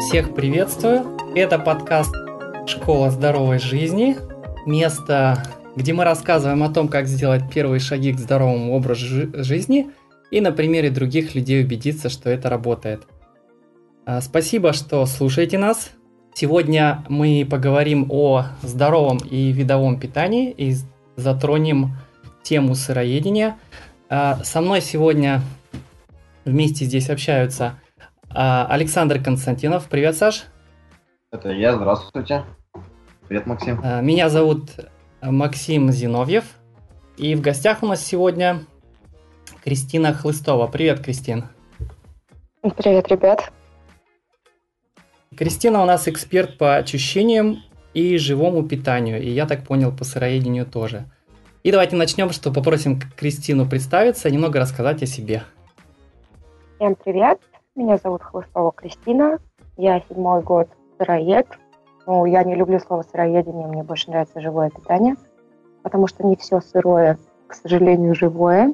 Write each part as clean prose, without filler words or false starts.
Всех приветствую. Это подкаст «Школа здоровой жизни». Место, где мы рассказываем о том, как сделать первые шаги к здоровому образу жизни и на примере других людей убедиться, что это работает. Спасибо, что слушаете нас. Сегодня мы поговорим о здоровом и видовом питании и затронем тему сыроедения. Со мной сегодня вместе здесь общаются Александр Константинов. Привет, Саш. Это я, здравствуйте. Привет, Максим. Меня зовут Максим Зиновьев. И в гостях у нас сегодня Кристина Хлыстова. Привет, Кристин. Привет, ребят. Кристина у нас эксперт по очищениям и живому питанию. И я так понял, по сыроедению тоже. И давайте начнем, что попросим Кристину представиться и немного рассказать о себе. Всем привет. Меня зовут Хлыстова Кристина. Я 7-й год сыроед. Но я не люблю слово сыроедение, мне больше нравится живое питание, потому что не все сырое, к сожалению, живое.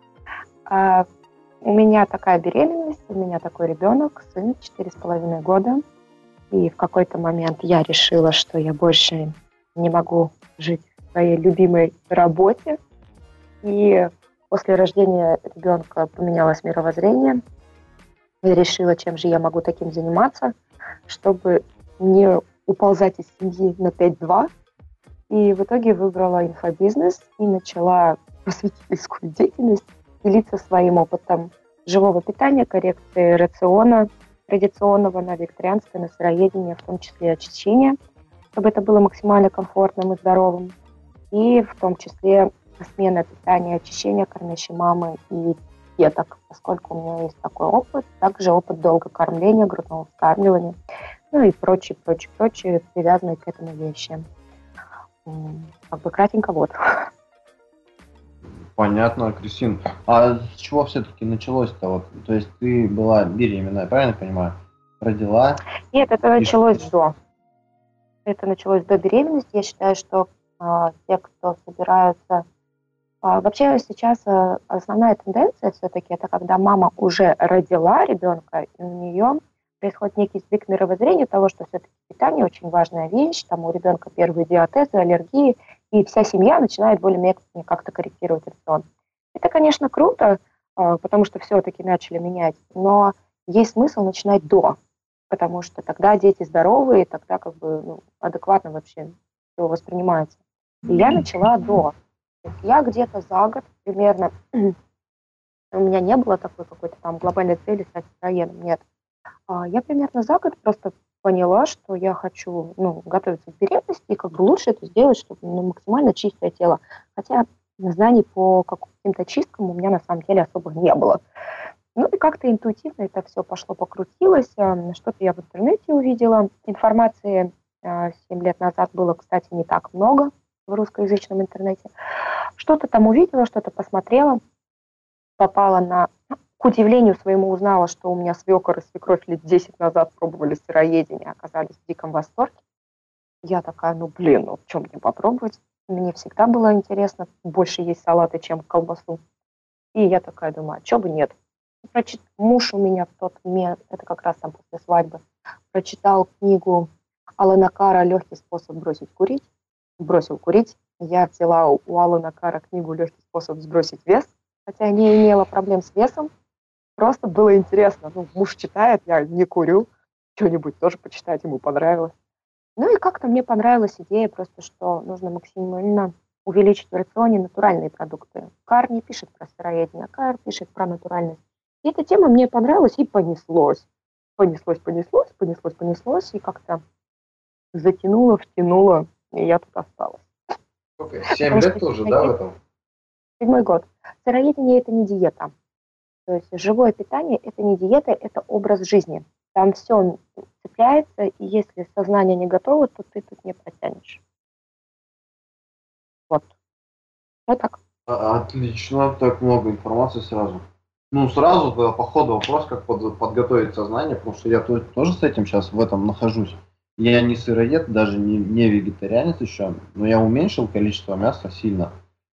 У меня такая беременность, у меня такой ребенок, сын, 4,5 года. И в какой-то момент я решила, что я больше не могу жить в своей любимой работе. И после рождения ребенка поменялось мировоззрение. Я решила, чем же я могу таким заниматься, чтобы не уползать из семьи на 5-2. И в итоге выбрала инфобизнес и начала просветительскую деятельность, делиться своим опытом живого питания, коррекции рациона традиционного на вегетарианское, на сыроедение, в том числе очищение, чтобы это было максимально комфортным и здоровым. И в том числе смена питания, очищения кормящей мамы и деток, поскольку у меня есть такой опыт, также опыт долгокормления, грудного вскармливания, ну и прочие, привязанные к этому вещи. Как бы кратенько вот. Понятно, Кристин. А с чего все-таки началось-то? Вот? То есть ты была беременная, правильно понимаю? Родила? Нет, это началось до. Это началось до беременности. Я считаю, что те, кто собираются... Вообще сейчас основная тенденция все-таки это когда мама уже родила ребенка, и у нее происходит некий сдвиг мировоззрения того, что все-таки питание очень важная вещь, там у ребенка первые диатезы, аллергии, и вся семья начинает более-менее как-то корректировать рацион. Это, конечно, круто, потому что все-таки начали менять, но есть смысл начинать до, потому что тогда дети здоровые, тогда как бы адекватно вообще все воспринимается. И я начала до. Я где-то за год примерно, у меня не было такой какой-то там глобальной цели стать сыроедом, нет. Я примерно за год просто поняла, что я хочу готовиться к беременности, и как бы лучше это сделать, чтобы максимально чистое тело. Хотя знаний по каким-то чисткам у меня на самом деле особо не было. Ну и как-то интуитивно это все пошло, покрутилось. Что-то я в интернете увидела. Информации 7 лет назад было, кстати, не так много в русскоязычном интернете. Что-то там увидела, что-то посмотрела, попала на... К удивлению своему узнала, что у меня свекор и свекровь лет 10 назад пробовали сыроедение, оказались в диком восторге. Я такая, в чем мне попробовать? Мне всегда было интересно больше есть салаты, чем колбасу. И я такая думаю, а что бы нет? Муж у меня в тот момент, это как раз там после свадьбы, прочитал книгу Алана Кара «Легкий способ бросить курить». Бросил курить. Я взяла у Алана Кара книгу «Легкий способ сбросить вес», хотя не имела проблем с весом. Просто было интересно. Муж читает, я не курю. Что-нибудь тоже почитать, ему понравилось. Ну и как-то мне понравилась идея просто, что нужно максимально увеличить в рационе натуральные продукты. Кар не пишет про сыроедение, а Кар пишет про натуральность. И эта тема мне понравилась и понеслось. Понеслось, и как-то затянуло, втянуло, и я тут осталась. 7 лет тоже, да, в этом? 7-й год. Сыроедение – это не диета. То есть живое питание – это не диета, это образ жизни. Там все цепляется, и если сознание не готово, то ты тут не протянешь. Вот. Вот так. Отлично, так много информации сразу. Сразу по ходу вопрос, как подготовить сознание, потому что я тоже с этим сейчас в этом нахожусь. Я не сыроед, даже не вегетарианец еще, но я уменьшил количество мяса сильно.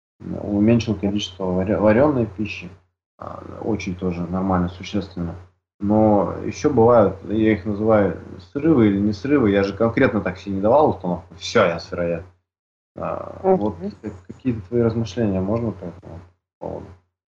Уменьшил количество вареной пищи. Очень тоже нормально, существенно. Но еще бывают, я их называю срывы или не срывы, я же конкретно так себе не давал установку, все, я сыроед. Вот Мгм. какие-то твои размышления можно по этому поводу?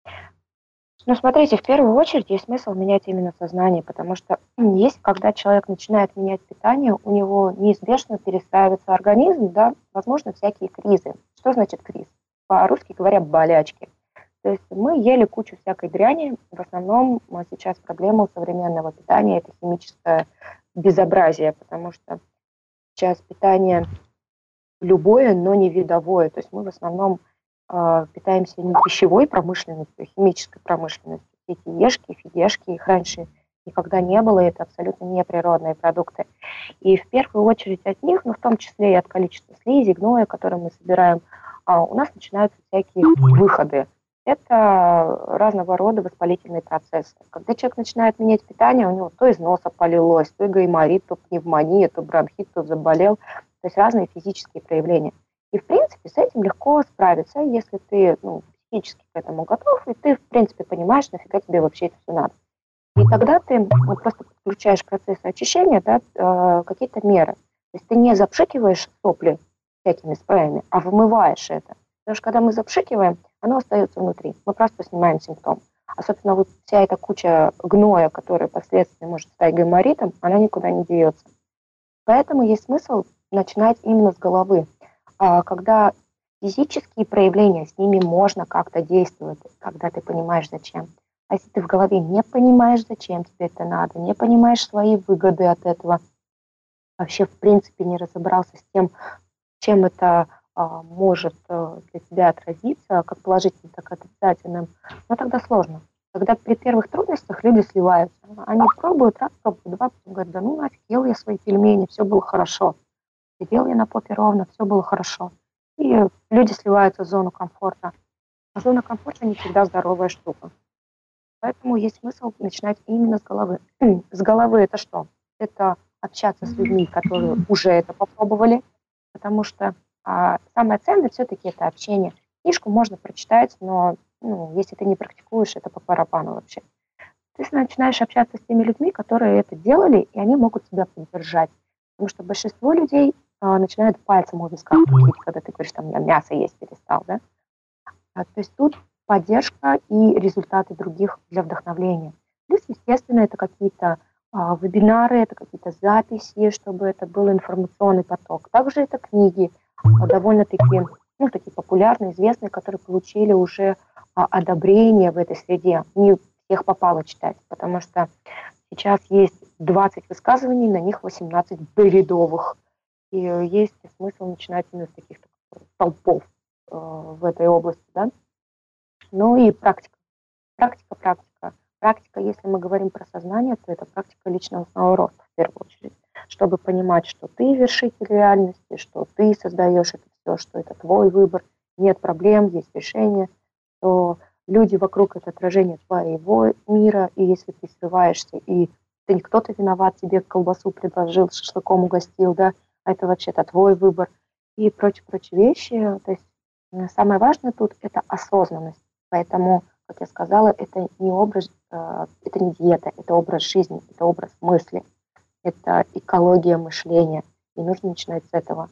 Ну, смотрите, в первую очередь есть смысл менять именно сознание, потому что есть, когда человек начинает менять питание, у него неизбежно перестраивается организм, да, возможно, всякие кризы. Что значит криз? По-русски говоря, болячки. То есть мы ели кучу всякой дряни, в основном сейчас проблема у современного питания – это химическое безобразие, потому что сейчас питание любое, но не видовое. То есть мы в основном питаемся не пищевой промышленностью, а химической промышленностью. Все эти ешки, фигешки, их раньше никогда не было, это абсолютно неприродные продукты. И в первую очередь от них, но в том числе и от количества слизи, гноя, которые мы собираем, у нас начинаются всякие выходы. Это разного рода воспалительные процессы. Когда человек начинает менять питание, у него то из носа полилось, то гайморит, то пневмония, то бронхит, то заболел. То есть разные физические проявления. И, в принципе, с этим легко справиться, если ты психически к этому готов, и ты, в принципе, понимаешь, нафига тебе вообще это все надо. И тогда ты просто подключаешь процесс очищения, да, какие-то меры. То есть ты не запшикиваешь сопли всякими спреями, а вымываешь это. Потому что когда мы запшикиваем, оно остается внутри. Мы просто снимаем симптом. А, собственно, вот вся эта куча гноя, которая впоследствии может стать гайморитом, она никуда не деется. Поэтому есть смысл начинать именно с головы. Когда физические проявления, с ними можно как-то действовать, когда ты понимаешь, зачем. А если ты в голове не понимаешь, зачем тебе это надо, не понимаешь свои выгоды от этого, вообще в принципе не разобрался с тем, чем это может для тебя отразиться, как положительным, так и отрицательным, но тогда сложно. Когда при первых трудностях люди сливаются. Они пробуют, раз, пробуют, два, потом говорят, да ну нафиг, ел я свои пельмени, все было хорошо. Сидел я на попе ровно, все было хорошо. И люди сливаются в зону комфорта. А зона комфорта не всегда здоровая штука. Поэтому есть смысл начинать именно с головы. С головы это что? Это общаться с людьми, которые уже это попробовали, потому что самое ценное все-таки это общение. Книжку можно прочитать, но если ты не практикуешь, это по барабану вообще. Ты начинаешь общаться с теми людьми, которые это делали, и они могут тебя поддержать. Потому что большинство людей начинают пальцем у виска крутить, когда ты говоришь, там, я мясо есть перестал, да? То есть тут поддержка и результаты других для вдохновления. Плюс, естественно, это какие-то вебинары, это какие-то записи, чтобы это был информационный поток. Также это книги, довольно-таки такие популярные, известные, которые получили уже одобрение в этой среде. Не всех попало читать, потому что сейчас есть 20 высказываний, на них 18 бредовых. И есть смысл начинать именно с таких толпов в этой области, да. Ну и практика. Практика, практика. Практика, если мы говорим про сознание, то это практика личного роста в первую очередь. Чтобы понимать, что ты вершитель реальности, что ты создаешь это все, что это твой выбор, нет проблем, есть решение, то люди вокруг это отражение твоего мира, и если ты срываешься, и ты не кто-то виноват, тебе колбасу предложил, шашлыком угостил, да, а это вообще-то твой выбор, и прочие вещи. То есть самое важное тут это осознанность. Поэтому, как я сказала, это не образ, это не диета, это образ жизни, это образ мысли, это экология мышления. И нужно начинать с этого.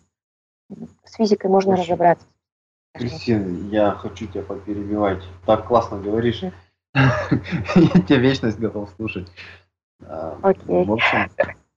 С физикой можно Очень. разобраться. Кристина, я хочу тебя поперебивать. Так классно говоришь. Я тебя вечность готов слушать. Окей. В общем,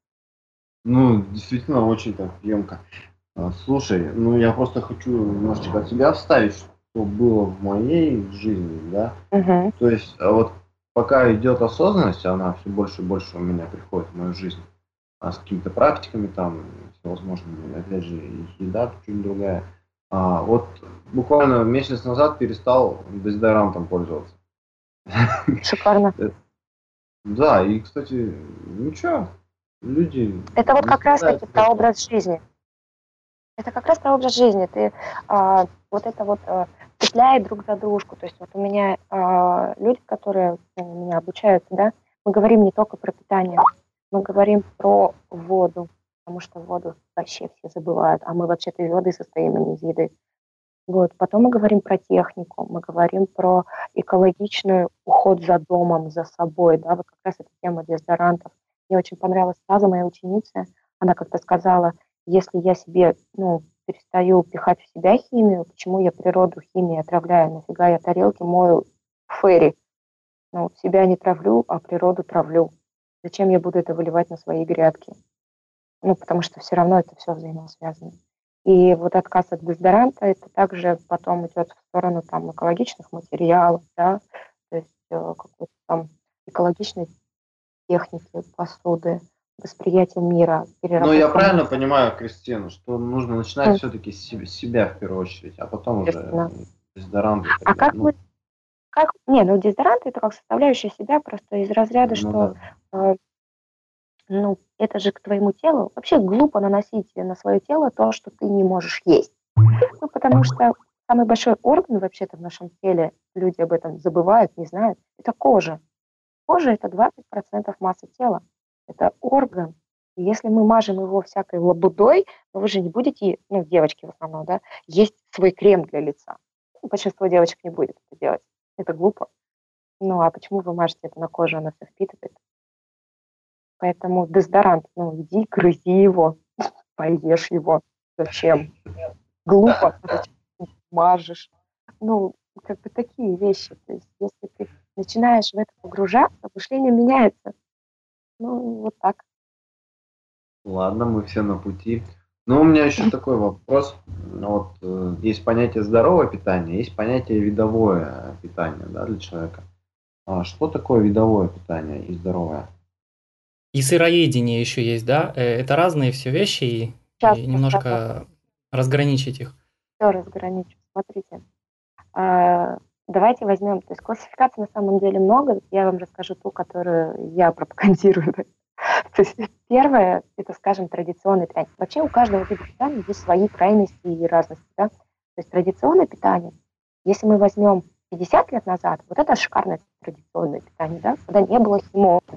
ну, действительно, очень так емко. Слушай, ну я просто хочу немножечко от себя вставить, что было в моей жизни, да. Мгм. То есть, вот пока идет осознанность, она все больше и больше у меня приходит в мою жизнь, с какими-то практиками там, всевозможными, опять же, и еда чуть другая. Вот буквально месяц назад перестал дезодорантом пользоваться. Шикарно. Да, и, кстати, ничего, люди Это вот не как страдают раз-таки от про этого. образ жизни. Это как раз про образ жизни. Ты вот это вот цепляет друг за дружку. То есть вот у меня люди, которые у меня обучаются, да, мы говорим не только про питание, мы говорим про воду, потому что воду вообще все забывают, а мы вообще-то из воды состоим, а не из еды. Вот. Потом мы говорим про технику, мы говорим про экологичный уход за домом, за собой, да, вот как раз эта тема дезодорантов. Мне очень понравилась фраза моей ученицы, она как-то сказала, если я себе, перестаю пихать в себя химию, почему я природу химией отравляю, нафига я тарелки мою в фэри, себя не травлю, а природу травлю. Зачем я буду это выливать на свои грядки? Потому что все равно это все взаимосвязано. И вот отказ от дезодоранта, это также потом идет в сторону там экологичных материалов, да, то есть какой-то там экологичной техники, посуды, восприятия мира, Ну, я переработка правильно мысли, понимаю, Кристина, что нужно начинать все-таки с себя в первую очередь, а потом уже естественно. дезодоранты и А так далее. как мы, дезодорант это как составляющая себя, просто из разряда, Ну что да. э, это же к твоему телу. Вообще глупо наносить на свое тело то, что ты не можешь есть. Потому что самый большой орган вообще-то в нашем теле, люди об этом забывают, не знают, это кожа. Кожа – это 20% массы тела. Это орган. И если мы мажем его всякой лабудой, то вы же не будете, девочки в основном, да, есть свой крем для лица. Большинство девочек не будет это делать. Это глупо. А почему вы мажете это на кожу, она все впитывает? Поэтому дезодорант, иди, грызи его, поешь его. Зачем? Глупо. Зачем ты мажешь? Как бы такие вещи. То есть, если ты начинаешь в это погружаться, мышление меняется. Вот так. Ладно, мы все на пути. Но у меня еще такой вопрос. Вот есть понятие здоровое питание, есть понятие видовое питание, да, для человека. А что такое видовое питание и здоровое? И сыроедение еще есть, да? Это разные все вещи, и, Сейчас и расскажу, немножко разграничить их. все разграничу. Смотрите. Давайте возьмем, то есть классификаций на самом деле много, я вам расскажу ту, которую я пропагандирую. То есть первое, это, скажем, традиционное питание. Вообще у каждого вида питания есть свои крайности и разности. Да? То есть традиционное питание, если мы возьмем 50 лет назад, вот это шикарное традиционное питание, да, когда не было химии.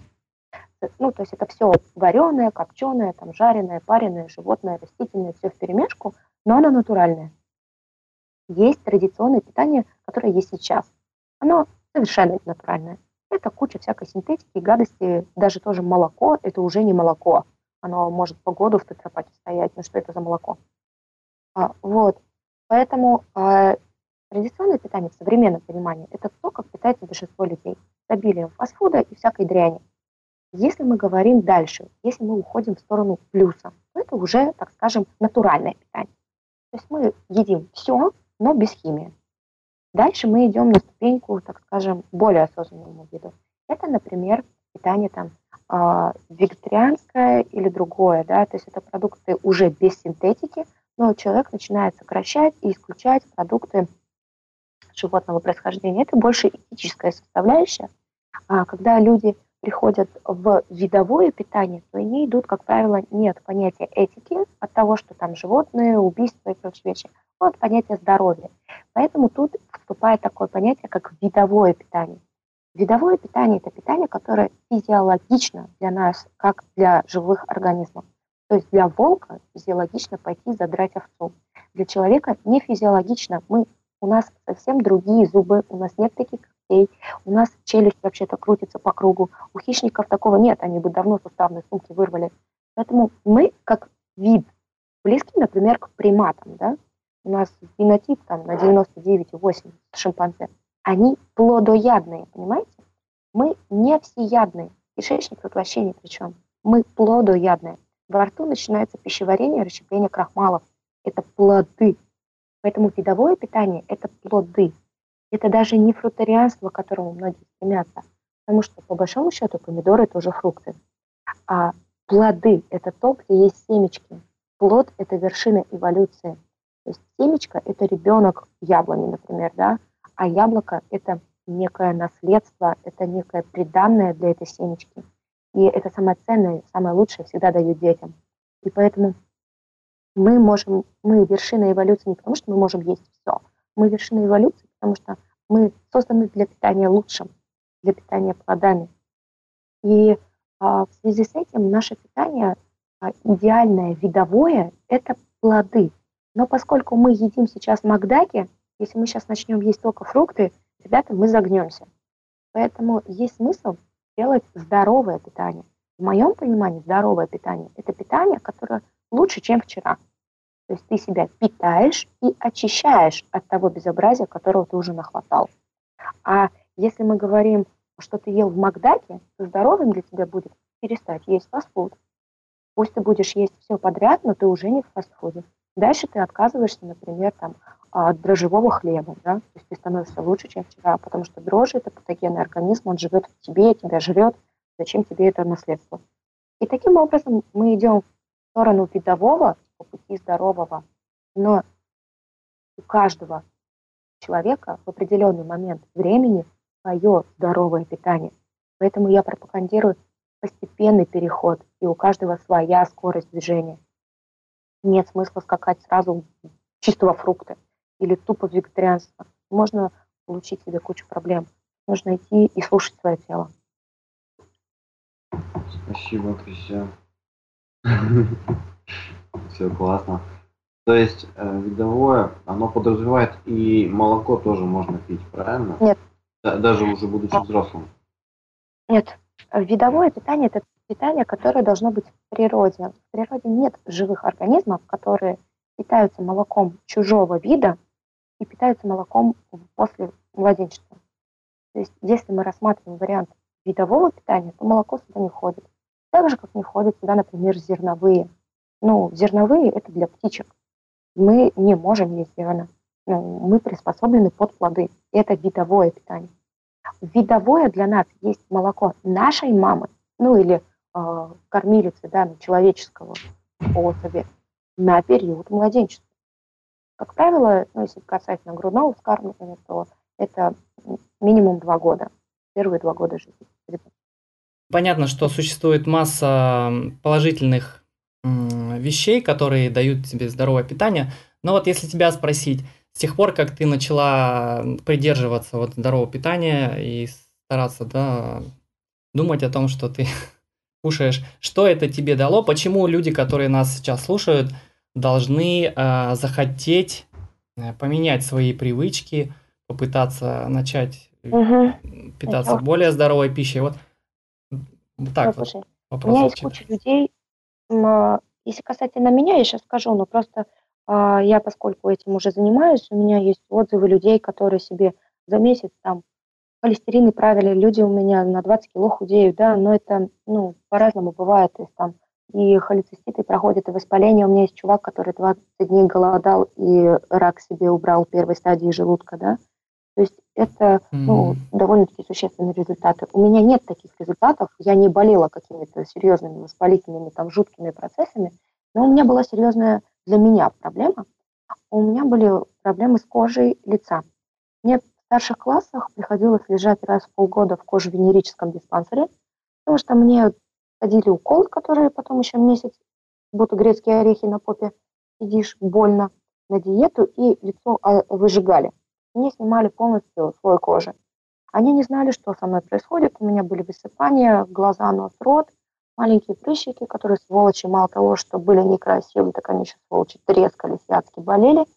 То есть это все вареное, копченое, там, жареное, пареное, животное, растительное, все вперемешку, но оно натуральное. Есть традиционное питание, которое есть сейчас. Оно совершенно натуральное. Это куча всякой синтетики и гадости. Даже тоже молоко – это уже не молоко. Оно может по году в тетрапаке стоять. Но что это за молоко? Вот. Поэтому традиционное питание в современном понимании – это то, как питается большинство людей. С обилием фастфуда и всякой дряни. Если мы говорим дальше, если мы уходим в сторону плюса, то это уже, так скажем, натуральное питание. То есть мы едим все, но без химии. Дальше мы идем на ступеньку, так скажем, более осознанному виду. Это, например, питание там вегетарианское или другое, да, то есть это продукты уже без синтетики, но человек начинает сокращать и исключать продукты животного происхождения. Это больше этическая составляющая. Когда люди приходят в видовое питание, то они идут, как правило, не от понятия этики, от того, что там животные, убийства и прочие вещи, но от понятия здоровья. Поэтому тут вступает такое понятие, как видовое питание. Видовое питание – это питание, которое физиологично для нас, как для живых организмов. То есть для волка физиологично пойти задрать овцу. Для человека не физиологично. У нас совсем другие зубы, у нас нет таких когтей, у нас челюсть вообще-то крутится по кругу. У хищников такого нет, они бы давно суставные сумки вырвали. Поэтому мы, как вид, близки, например, к приматам. Да? У нас фенотип там, на 99,8 шимпанзе. Они плодоядные, понимаете? Мы не всеядные. Кишечник тут вообще ни при чем. Мы плодоядные. Во рту начинается пищеварение, расщепление крахмалов. Это плоды. Поэтому видовое питание – это плоды. Это даже не фрутарианство, к которому многие стремятся. Потому что, по большому счету, помидоры тоже фрукты. А плоды – это то, где есть семечки. Плод – это вершина эволюции. То есть семечко – это ребенок яблони, например, да? А яблоко – это некое наследство, это некое приданное для этой семечки. И это самое ценное, самое лучшее всегда дают детям. И поэтому мы вершина эволюции не потому, что мы можем есть все. Мы вершина эволюции, потому что мы созданы для питания лучшим, для питания плодами. И в связи с этим наше питание идеальное, видовое – это плоды. Но поскольку мы едим сейчас макдаки, если мы сейчас начнем есть только фрукты, ребята, мы загнемся. Поэтому есть смысл делать здоровое питание. В моем понимании здоровое питание – это питание, которое лучше, чем вчера. То есть ты себя питаешь и очищаешь от того безобразия, которого ты уже нахватал. А если мы говорим, что ты ел в Макдаке, то здоровым для тебя будет перестать есть фастфуд. Пусть ты будешь есть все подряд, но ты уже не в фастфуде. Дальше ты отказываешься, например, от дрожжевого хлеба. Да? То есть ты становишься лучше, чем вчера, потому что дрожжи – это патогенный организм, он живет в тебе, тебя жрет. Зачем тебе это наследство? И таким образом мы идем в сторону видового, по пути здорового. Но у каждого человека в определенный момент времени свое здоровое питание. Поэтому я пропагандирую постепенный переход, и у каждого своя скорость движения. Нет смысла скакать сразу чистого фрукта или тупо вегетарианства. Можно получить себе кучу проблем. Нужно идти и слушать свое тело. Спасибо, Кристиан. Все классно. То есть видовое, оно подразумевает и молоко тоже можно пить, правильно? Нет. Даже уже будучи взрослым. Нет. Видовое питание – это питание, которое должно быть в природе. В природе нет живых организмов, которые питаются молоком чужого вида и питаются молоком после младенчества. То есть если мы рассматриваем вариант видового питания, то молоко сюда не входит. Так же, как не входят сюда, например, зерновые. Зерновые – это для птичек. Мы не можем есть зерна. Мы приспособлены под плоды. Это видовое питание. Видовое для нас есть молоко нашей мамы, или кормилицы, человеческого особи на период младенчества. Как правило, если касательно грудного вскармливания, то это минимум 2 года, первые 2 года жизни. Понятно, что существует масса положительных вещей, которые дают тебе здоровое питание. Но вот если тебя спросить, с тех пор, как ты начала придерживаться здорового питания и стараться, думать о том, что ты кушаешь, что это тебе дало, почему люди, которые нас сейчас слушают, должны захотеть поменять свои привычки, попытаться начать питаться более здоровой пищей. Слушай, у меня есть куча людей, если касательно меня, я сейчас скажу, но просто я, поскольку этим уже занимаюсь, у меня есть отзывы людей, которые себе за месяц холестерин правили, люди у меня на 20 кило худеют, но это, по-разному бывает, то есть и холециститы проходят, и воспаление. У меня есть чувак, который 20 дней голодал и рак себе убрал первой стадии желудка, То есть это, довольно-таки существенные результаты. У меня нет таких результатов, я не болела какими-то серьезными воспалительными, жуткими процессами, но у меня была серьезная для меня проблема. У меня были проблемы с кожей лица. Мне в старших классах приходилось лежать раз в полгода в кожевенерическом диспансере, потому что мне ходили уколы, которые потом еще месяц, будто грецкие орехи на попе, сидишь больно, на диету, и лицо выжигали. Мне снимали полностью слой кожи. Они не знали, что со мной происходит. У меня были высыпания, глаза, нос, рот, маленькие прыщики, которые, сволочи, мало того, что были некрасивые, так они еще, сволочи, трескались и адски болели.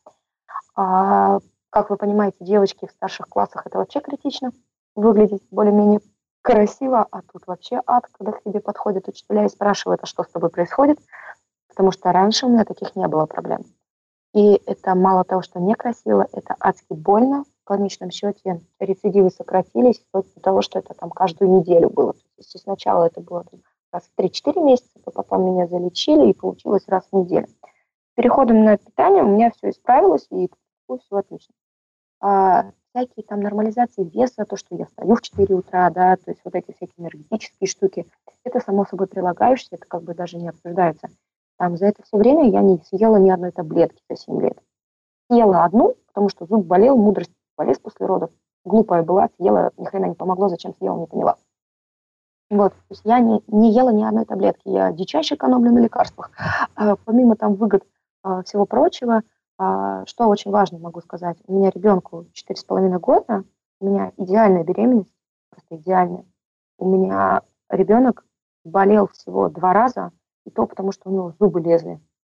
Как вы понимаете, девочки в старших классах это вообще критично. Выглядеть более-менее красиво, а тут вообще ад, когда к тебе подходят учителя и спрашивают, а что с тобой происходит, потому что раньше у меня таких не было проблем. И это мало того, что некрасиво, это адски больно. В конечном счете рецидивы сократились вплоть до того, что это каждую неделю было. То есть сначала это было раз в 3-4 месяца, то потом меня залечили, и получилось раз в неделю. С переходом на питание у меня все исправилось, и все отлично. Всякие нормализации веса, то, что я встаю в 4 утра, то есть эти всякие энергетические штуки, это само собой прилагающееся, это даже не обсуждается. За это все время я не съела ни одной таблетки за 7 лет. Съела одну, потому что зуб болел, мудрость полез после родов. Глупая была, съела, ни хрена не помогло, зачем съела, не поняла. То есть я не ела ни одной таблетки, я дичайше экономлю на лекарствах. Помимо выгод всего прочего, что очень важно, могу сказать, у меня ребенку 4,5 года, у меня идеальная беременность, просто идеальная. У меня ребенок болел всего 2 раза, и то потому, что у него зубы лезли.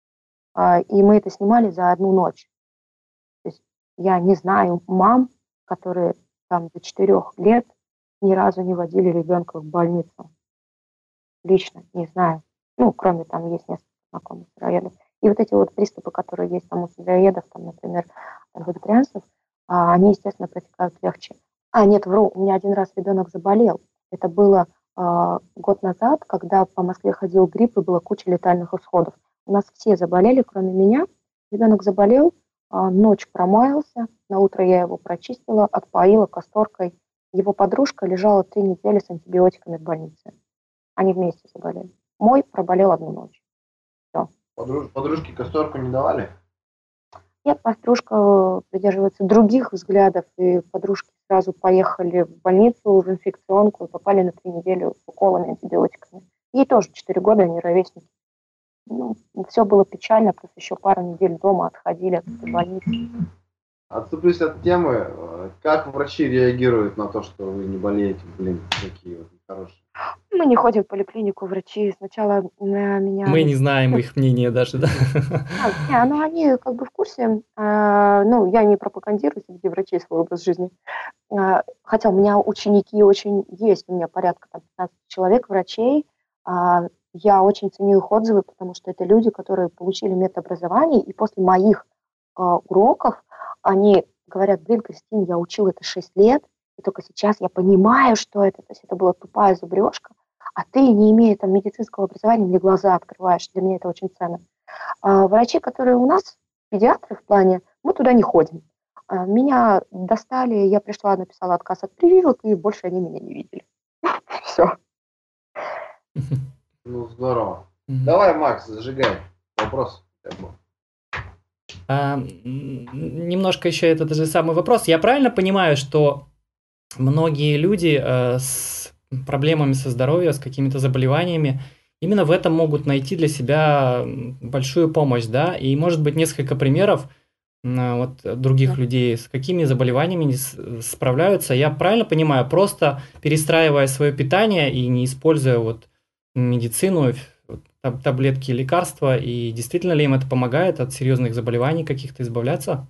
и мы это снимали за одну ночь. То есть я не знаю мам, которые там до 4 лет ни разу не водили ребенка в больницу. Лично не знаю. Ну, кроме там есть несколько знакомых сыроедов. И вот эти вот приступы, которые есть там у сыроедов, там, например, вегетарианцев, они, естественно, протекают легче. Нет, вру, у меня один раз ребенок заболел. Это было год назад, когда по Москве ходил грипп и была куча летальных исходов. У нас все заболели, кроме меня. Ребенок заболел, ночь промаялся, на утро я его прочистила, отпоила касторкой. Его подружка лежала 3 недели с антибиотиками в больнице. Они вместе заболели. Мой проболел одну ночь. Все. Подружке касторку не давали? Нет, подружка придерживается других взглядов, и подружки сразу поехали в больницу, в инфекционку, и попали на 3 недели с уколами, антибиотиками. Ей тоже 4 года, они ровесники. Ну, все было печально, плюс еще пару недель дома отходили от этой больницы. Отступлюсь от темы. Как врачи реагируют на то, что вы не болеете? Блин, такие вот нехорошие. Мы не ходим в поликлинику, врачи сначала на меня... Мы не знаем их мнения даже, да? Они как бы в курсе. Я не пропагандирую среди врачей свой образ жизни. Хотя у меня ученики очень есть, у меня порядка 15 человек, врачей. Я очень ценю их отзывы, потому что это люди, которые получили медобразование, и после моих уроков они говорят: блин, Кристина, я учил это 6 лет, и только сейчас я понимаю, что это. То есть это была тупая зубрежка, а ты, не имея там медицинского образования, мне глаза открываешь. Для меня это очень ценно. Врачи, которые у нас, педиатры в плане, мы туда не ходим. Меня достали, я пришла, написала отказ от прививок, и больше они меня не видели. Все. Ну, здорово. Давай, Макс, зажигай. Вопрос. Немножко еще этот же самый вопрос. Я правильно понимаю, что многие люди с проблемами со здоровьем, с какими-то заболеваниями, именно в этом могут найти для себя большую помощь, да? И, может быть, несколько примеров вот других людей, с какими заболеваниями справляются. Я правильно понимаю, просто перестраивая свое питание и не используя вот медицину, таблетки, лекарства, и действительно ли им это помогает от серьезных заболеваний каких-то избавляться?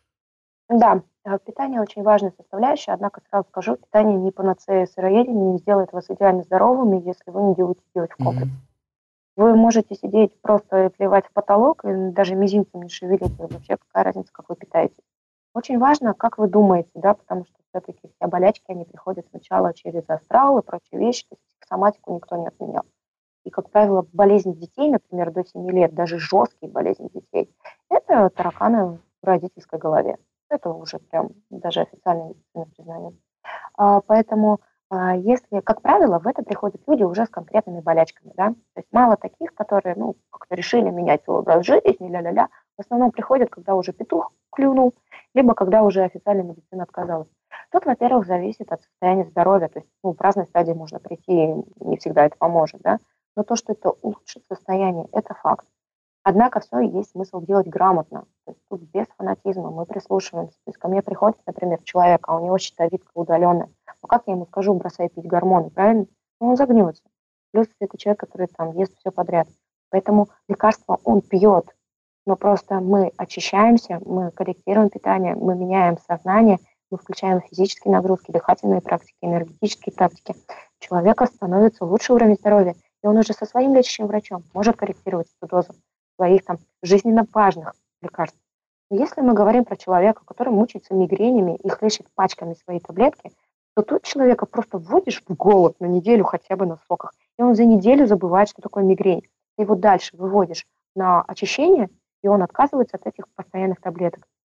Да, питание очень важная составляющая, однако сразу скажу, питание не панацея, сыроедение не сделает вас идеально здоровыми, если вы не будете делать в комплексе. Вы можете сидеть просто и плевать в потолок, и даже мизинцем не шевелить, и вообще какая разница, как вы питаетесь. Очень важно, как вы думаете, да, потому что все-таки все болячки, они приходят сначала через астрал и прочие вещи, то есть психосоматику никто не отменял. И, как правило, болезни детей, например, до 7 лет, даже жесткие болезни детей, это тараканы в родительской голове. Это уже прям даже официальная медицина признает. Поэтому, если, как правило, в это приходят люди уже с конкретными болячками, да, то есть мало таких, которые, как-то решили менять свой образ жизни, ля-ля-ля, в основном приходят, когда уже петух клюнул, либо когда уже официальная медицина отказалась. Тут, во-первых, зависит от состояния здоровья, то есть, в разной стадии можно прийти, не всегда это поможет, да, но то, что это улучшит состояние, это факт. Однако все есть смысл делать грамотно, то есть тут без фанатизма, мы прислушиваемся. То есть ко мне приходит, например, человек, а у него щитовидка удаленная. Как я ему скажу, бросай пить гормоны, правильно? Он загнется. Плюс это человек, который там ест все подряд. Поэтому лекарство он пьет, но просто мы очищаемся, мы корректируем питание, мы меняем сознание, мы включаем физические нагрузки, дыхательные практики, энергетические практики. У человека становится лучше уровень здоровья, и он уже со своим лечащим врачом может корректировать эту дозу своих там жизненно важных лекарств. Но если мы говорим про человека, который мучается мигренями и хлещет пачками свои таблетки, то тут человека просто вводишь в голод на неделю хотя бы на соках, и он за неделю забывает, что такое мигрень. Ты его дальше выводишь на очищение, и он отказывается от этих постоянных таблеток.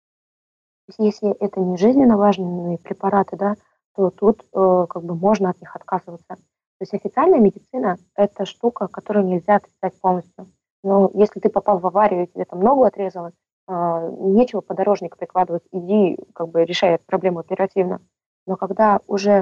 То есть если это не жизненно важные препараты, да, то тут можно от них отказываться. То есть официальная медицина – это штука, которую нельзя отрицать полностью. Но если ты попал в аварию и тебе там ногу отрезало, нечего подорожник прикладывать, иди решай эту проблему оперативно. Но когда уже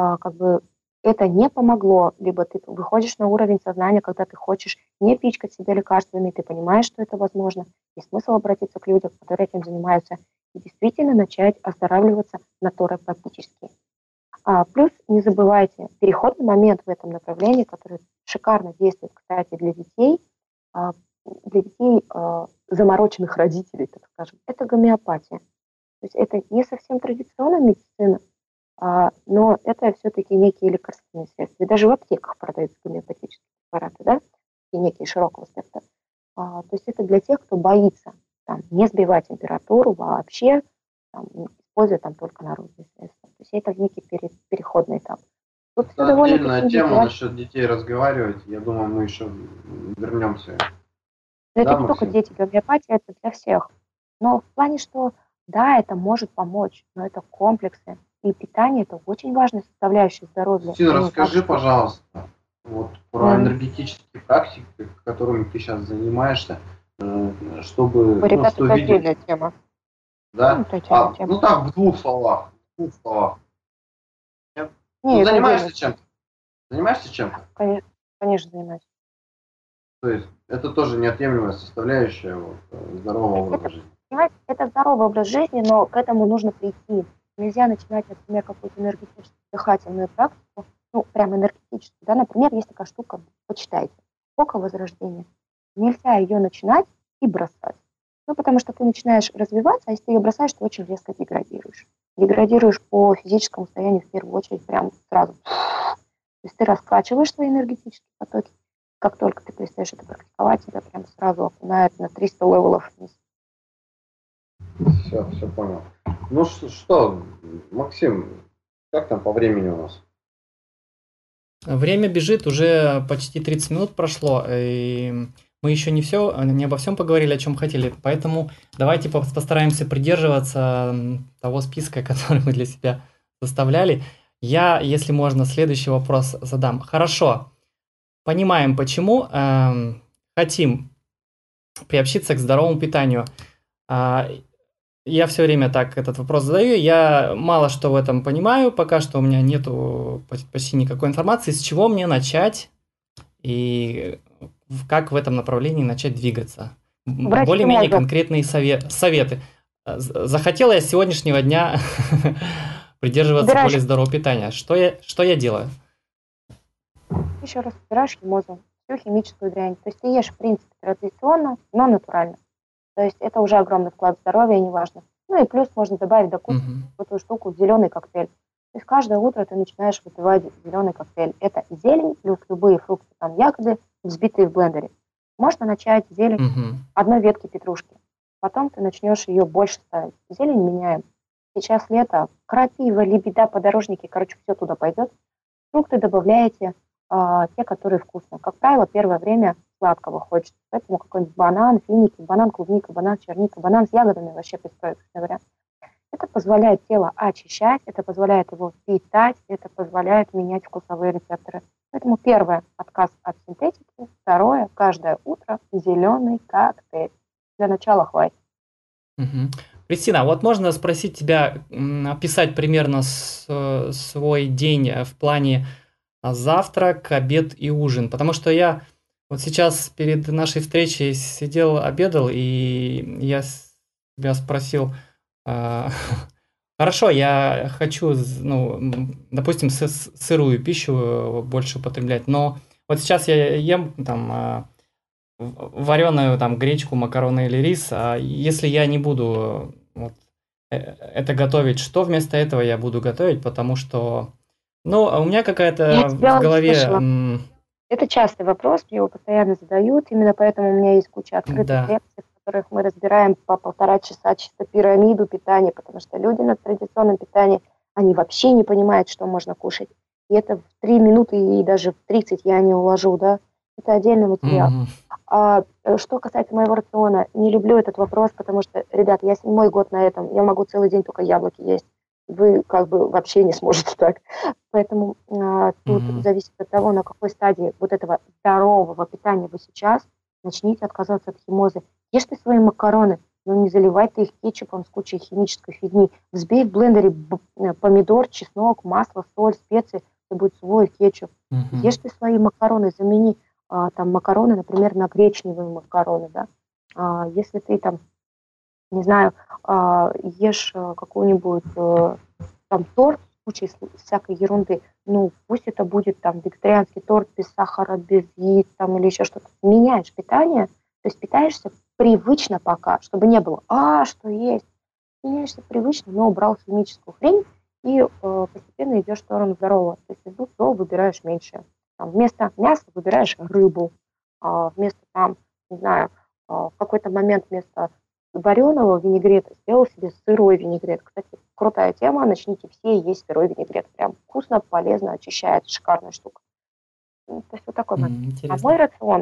это не помогло, либо ты выходишь на уровень сознания, когда ты хочешь не пичкать себя лекарствами, ты понимаешь, что это возможно, есть смысл обратиться к людям, которые этим занимаются, и действительно начать оздоравливаться натуропатически. Плюс не забывайте, переходный момент в этом направлении, который шикарно действует, кстати, для детей, для детей замороченных родителей, так скажем, это гомеопатия. То есть это не совсем традиционная медицина, но это все-таки некие лекарственные средства. И даже в аптеках продаются гомеопатические препараты, да, и некие широкого спектра. То есть это для тех, кто боится там, не сбивать температуру вообще, там, используя там только народные средства. То есть это некий переходный этап. Тут все Это довольно отдельная такие тема индивидуально. насчет детей разговаривать. Я думаю, мы еще вернемся. Но это Да, не только Максим? дети, гомеопатия это для всех. Но в плане, что да, это может помочь, но это комплексы. И питание это очень важная составляющая здоровья. Кристина, Ну, так расскажи, что, пожалуйста, вот про энергетические практики, которыми ты сейчас занимаешься, чтобы, ребята, что это видишь, отдельная тема. да? Это отдельная тема. Ну так, в двух словах. В двух словах. Нет? Ну, Не, это отдельная занимаешься тема. чем-то? Занимаешься чем-то? Конечно, занимаюсь. То есть это тоже неотъемлемая составляющая здорового образа Это, жизни. понимаете, это здоровый образ жизни, но к этому нужно прийти. Нельзя начинать, например, какую-то энергетическую дыхательную практику, ну, прям энергетическую, да, например, есть такая штука, почитайте, «Око возрождения». Нельзя ее начинать и бросать. Ну, потому что ты начинаешь развиваться, а если ты ее бросаешь, ты очень резко деградируешь. Деградируешь по физическому состоянию в первую очередь прям сразу. То есть ты раскачиваешь свои энергетические потоки. Как только ты перестаешь это практиковать, тебя прям сразу окунает на 300 левелов вниз. Все понял. Ну что, Максим, как там по времени у нас? Время бежит, уже почти 30 минут прошло, и мы еще не обо всем поговорили, о чем хотели, поэтому давайте постараемся придерживаться того списка, который мы для себя составляли. Я, если можно, следующий вопрос задам. Хорошо, понимаем, почему хотим приобщиться к здоровому питанию. Я все время так этот вопрос задаю. Я мало что в этом понимаю. Пока что у меня нету почти никакой информации. С чего мне начать и как в этом направлении начать двигаться? Врачский Более-менее мозг. конкретные советы. Захотела я с сегодняшнего дня придерживаться Убираешь, более здорового питания. Что я делаю? еще раз, убираешь химозу, всю химическую дрянь. То есть ты ешь, в принципе, традиционно, но натурально. То есть это уже огромный вклад в здоровье, неважно. Ну и плюс можно добавить, допустим, Мгм. в эту штуку зеленый коктейль. То есть каждое утро ты начинаешь выпивать зеленый коктейль. Это зелень плюс любые фрукты, там ягоды, взбитые в блендере. Можно начать зелень Мгм. одной ветки петрушки. Потом ты начнешь ее больше ставить. Зелень меняем. Сейчас лето, крапива, лебеда, подорожники, короче, все туда пойдет. Фрукты добавляете те, которые вкусные. Как правило, первое время сладкого хочется. Поэтому какой-нибудь банан, финики, банан, клубника, банан, черника, банан с ягодами вообще беспроигрышный вариант. Это позволяет тело очищать, это позволяет его питать, это позволяет менять вкусовые рецепторы. Поэтому первое – отказ от синтетики. Второе – каждое утро зеленый коктейль. Для начала хватит. Мгм. Кристина, вот можно спросить тебя, описать примерно свой день в плане завтрак, обед и ужин? Потому что я вот сейчас перед нашей встречей сидел, обедал, и я себя спросил, а, хорошо, я хочу, допустим, сырую пищу больше употреблять, но вот сейчас я ем там вареную там гречку, макароны или рис, а если я не буду это готовить, что вместо этого я буду готовить, потому что, а у меня Я какая-то в тебя голове, услышала. Это частый вопрос, мне его постоянно задают. Именно поэтому у меня есть куча открытых да, лекций, в которых мы разбираем по 1,5 часа чисто пирамиду питания, потому что люди на традиционном питании, они вообще не понимают, что можно кушать. И это в 3 минуты и даже в 30 я не уложу, да. Это отдельный материал. мгм, Что касается моего рациона, не люблю этот вопрос, потому что, ребят, я 7-й год на этом, я могу целый день только яблоки есть. Вы как бы вообще не сможете так. Поэтому тут мгм, зависит от того, на какой стадии вот этого здорового питания вы сейчас. Начните отказываться от химозы. Ешьте свои макароны, но не заливай ты их кетчупом с кучей химической фигни. Взбей в блендере помидор, чеснок, масло, соль, специи. Это будет свой кетчуп. мгм, Ешь ты свои макароны, замени там макароны, например, на гречневые макароны, да. Если ты там, не знаю, ешь какой-нибудь там торт с кучей всякой ерунды, ну, пусть это будет там вегетарианский торт без сахара, без яиц там или еще что-то. Меняешь питание, то есть питаешься привычно пока, чтобы не было, что есть. Питаешься привычно, но убрал химическую хрень и постепенно идешь в сторону здорового. То есть из двух слов выбираешь меньше. Там, вместо мяса выбираешь рыбу, вместо там, не знаю, в какой-то момент вместо вареного винегрета сделал себе сырой винегрет. Кстати, крутая тема, начните все есть сырой винегрет. Прям вкусно, полезно, очищает, шикарная штука. То есть вот такой момент. А Интересно. мой рацион,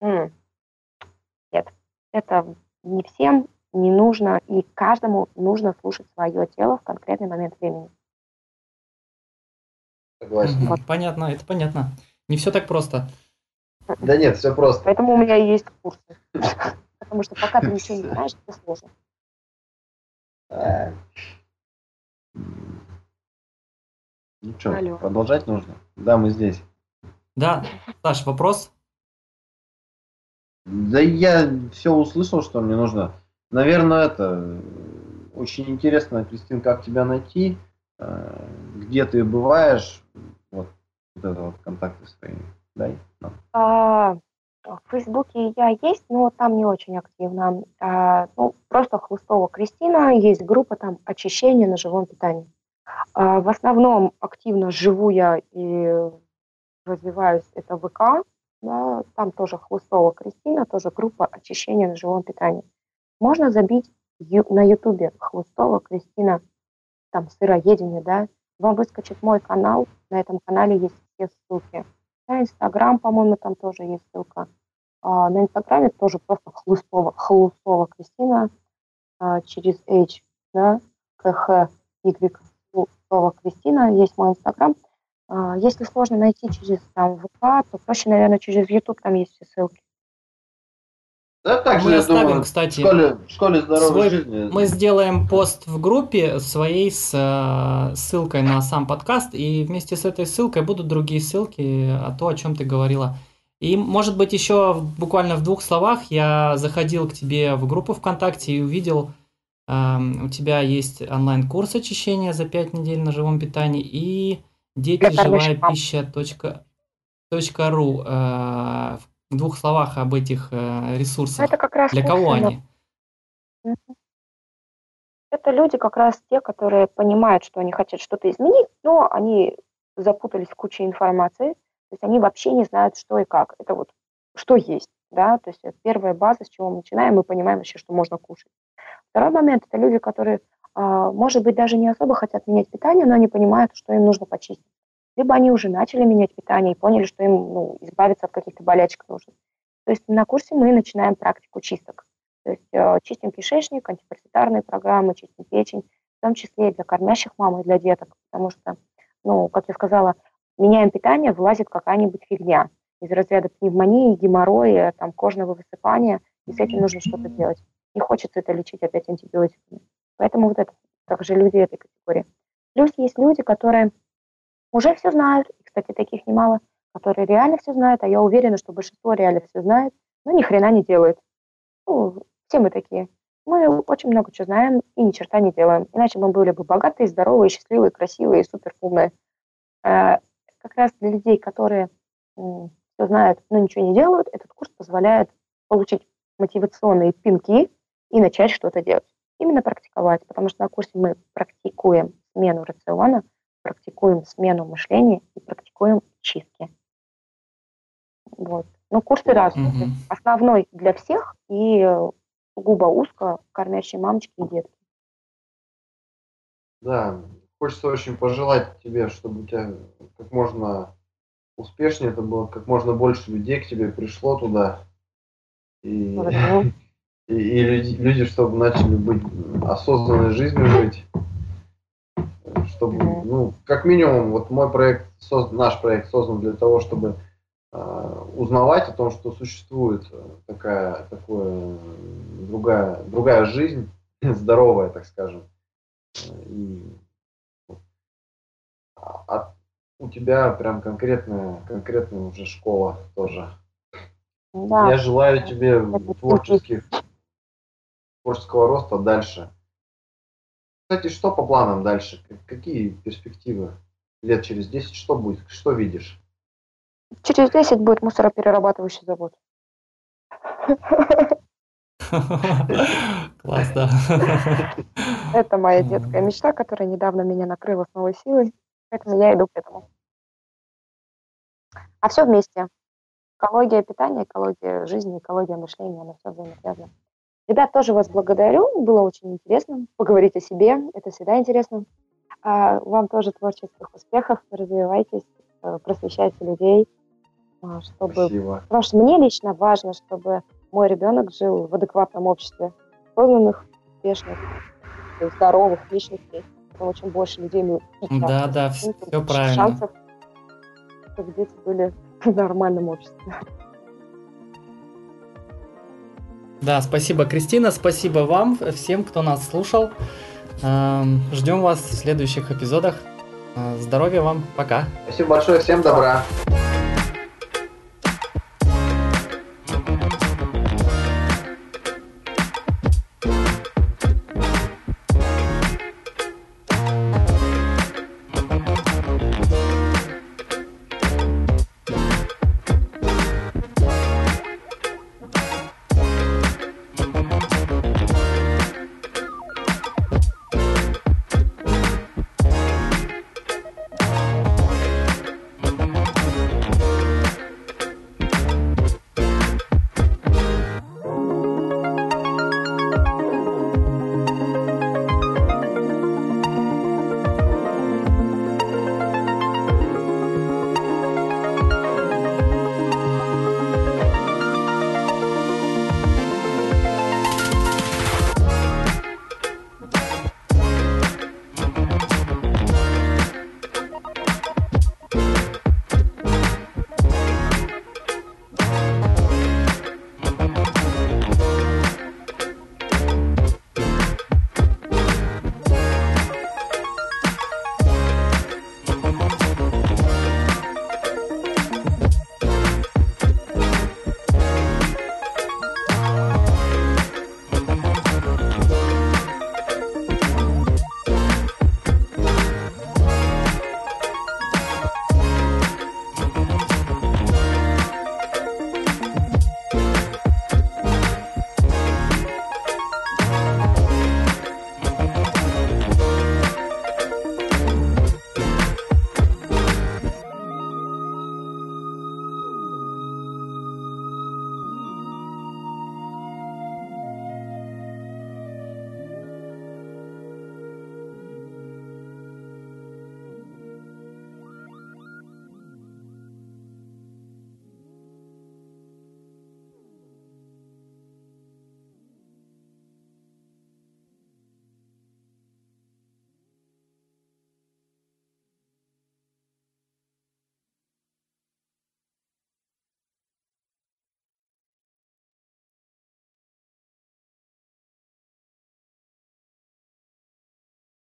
нет, это не всем не нужно, и каждому нужно слушать свое тело в конкретный момент времени. Согласен. Вот. Понятно, это понятно. Не все так просто. Да нет, все просто. Поэтому у меня и есть курсы. Потому что пока ты ничего не знаешь, это сложно. Ну что, Алло. продолжать нужно? Да, мы здесь. Да, Саш, вопрос? Да я все услышал, что мне нужно. Наверное, это очень интересно, Кристин, как тебя найти, где ты бываешь, вот это вот контакты свои. Дай нам. В Фейсбуке я есть, но там не очень активно. Просто Хлыстова Кристина, есть группа там очищение на живом питании. В основном активно живу я и развиваюсь, это ВК, да, там тоже Хлыстова Кристина, тоже группа очищения на живом питании. Можно забить на Ютубе Хлыстова Кристина, там сыроедение, да, вам выскочит мой канал, на этом канале есть все ссылки. На Инстаграм, по-моему, там тоже есть ссылка. На Инстаграме тоже просто Хлыстова Кристина, через H, да, КХ, Y, Хлыстова Кристина, есть мой Инстаграм. Если сложно найти через там ВК, то проще, наверное, через YouTube, там есть все ссылки. Да, также, Мы я оставим, думаю, кстати, в школе здоровой жизни. мы сделаем пост в группе своей с ссылкой на сам подкаст, и вместе с этой ссылкой будут другие ссылки о чем ты говорила. И, может быть, еще буквально в 2 словах я заходил к тебе в группу ВКонтакте и увидел, у тебя есть онлайн-курс очищения за 5 недель на живом питании и Для кормящих мам. детиживаепища.ру. В 2 словах об этих ресурсах. Это как раз Для кого курсы. они? Это люди как раз те, которые понимают, что они хотят что-то изменить, но они запутались в куче информации, то есть они вообще не знают, что и как. Это вот что есть, да, то есть это первая база, с чего мы начинаем, мы понимаем вообще, что можно кушать. Второй момент – это люди, которые, может быть, даже не особо хотят менять питание, но они понимают, что им нужно почистить. Либо они уже начали менять питание и поняли, что им избавиться от каких-то болячек нужно. То есть на курсе мы начинаем практику чисток. То есть чистим кишечник, антипаразитарные программы, чистим печень, в том числе и для кормящих мам и для деток. Потому что, как я сказала, меняем питание, вылазит какая-нибудь фигня из разряда пневмонии, геморроя, там, кожного высыпания, и с этим нужно что-то делать. Не хочется это лечить опять антибиотиками. Поэтому вот это также люди этой категории. Плюс есть люди, которые уже все знают, и, кстати, таких немало, которые реально все знают, а я уверена, что большинство реально все знает, но ни хрена не делает. Все мы такие. Мы очень много чего знаем и ни черта не делаем. Иначе мы были бы богатые, здоровые, счастливые, красивые и супер умные. Как раз для людей, которые все знают, но ничего не делают, этот курс позволяет получить мотивационные пинки и начать что-то делать. Именно практиковать, потому что на курсе мы практикуем смену рациона, практикуем смену мышления и практикуем чистки. Вот. Но курсы разные. Мгм. Основной для всех и сугубо узко кормящие мамочки и детки. Да, хочется очень пожелать тебе, чтобы у тебя как можно успешнее это было, как можно больше людей к тебе пришло туда. И, Благодарю. и люди, чтобы начали быть осознанной жизнью жить. Чтобы, как минимум, вот мой проект, наш проект создан для того, чтобы узнавать о том, что существует другая жизнь, здоровая, так скажем. И у тебя прям конкретная уже школа тоже. Да. Я желаю тебе творческого роста дальше. Кстати, что по планам дальше? Какие перспективы? Лет через 10 что будет? Что видишь? Через 10 будет мусороперерабатывающий завод. Класс, да. Это моя детская мечта, которая недавно меня накрыла с новой силой. Поэтому я иду к этому. А все вместе. Экология питания, экология жизни, экология мышления, оно все взаимосвязано. Ребят, тоже вас благодарю. Было очень интересно поговорить о себе. Это всегда интересно. Вам тоже творческих успехов. Развивайтесь, просвещайте людей. Чтобы... Спасибо. Потому что мне лично важно, чтобы мой ребенок жил в адекватном обществе осознанных, успешных, здоровых личностей. Потому что чем больше людей мы Да, тем все больше правильно. шансов, чтобы дети были в нормальном обществе. Да, спасибо, Кристина, спасибо вам, всем, кто нас слушал. Ждем вас в следующих эпизодах. Здоровья вам, пока. Спасибо большое, всем добра.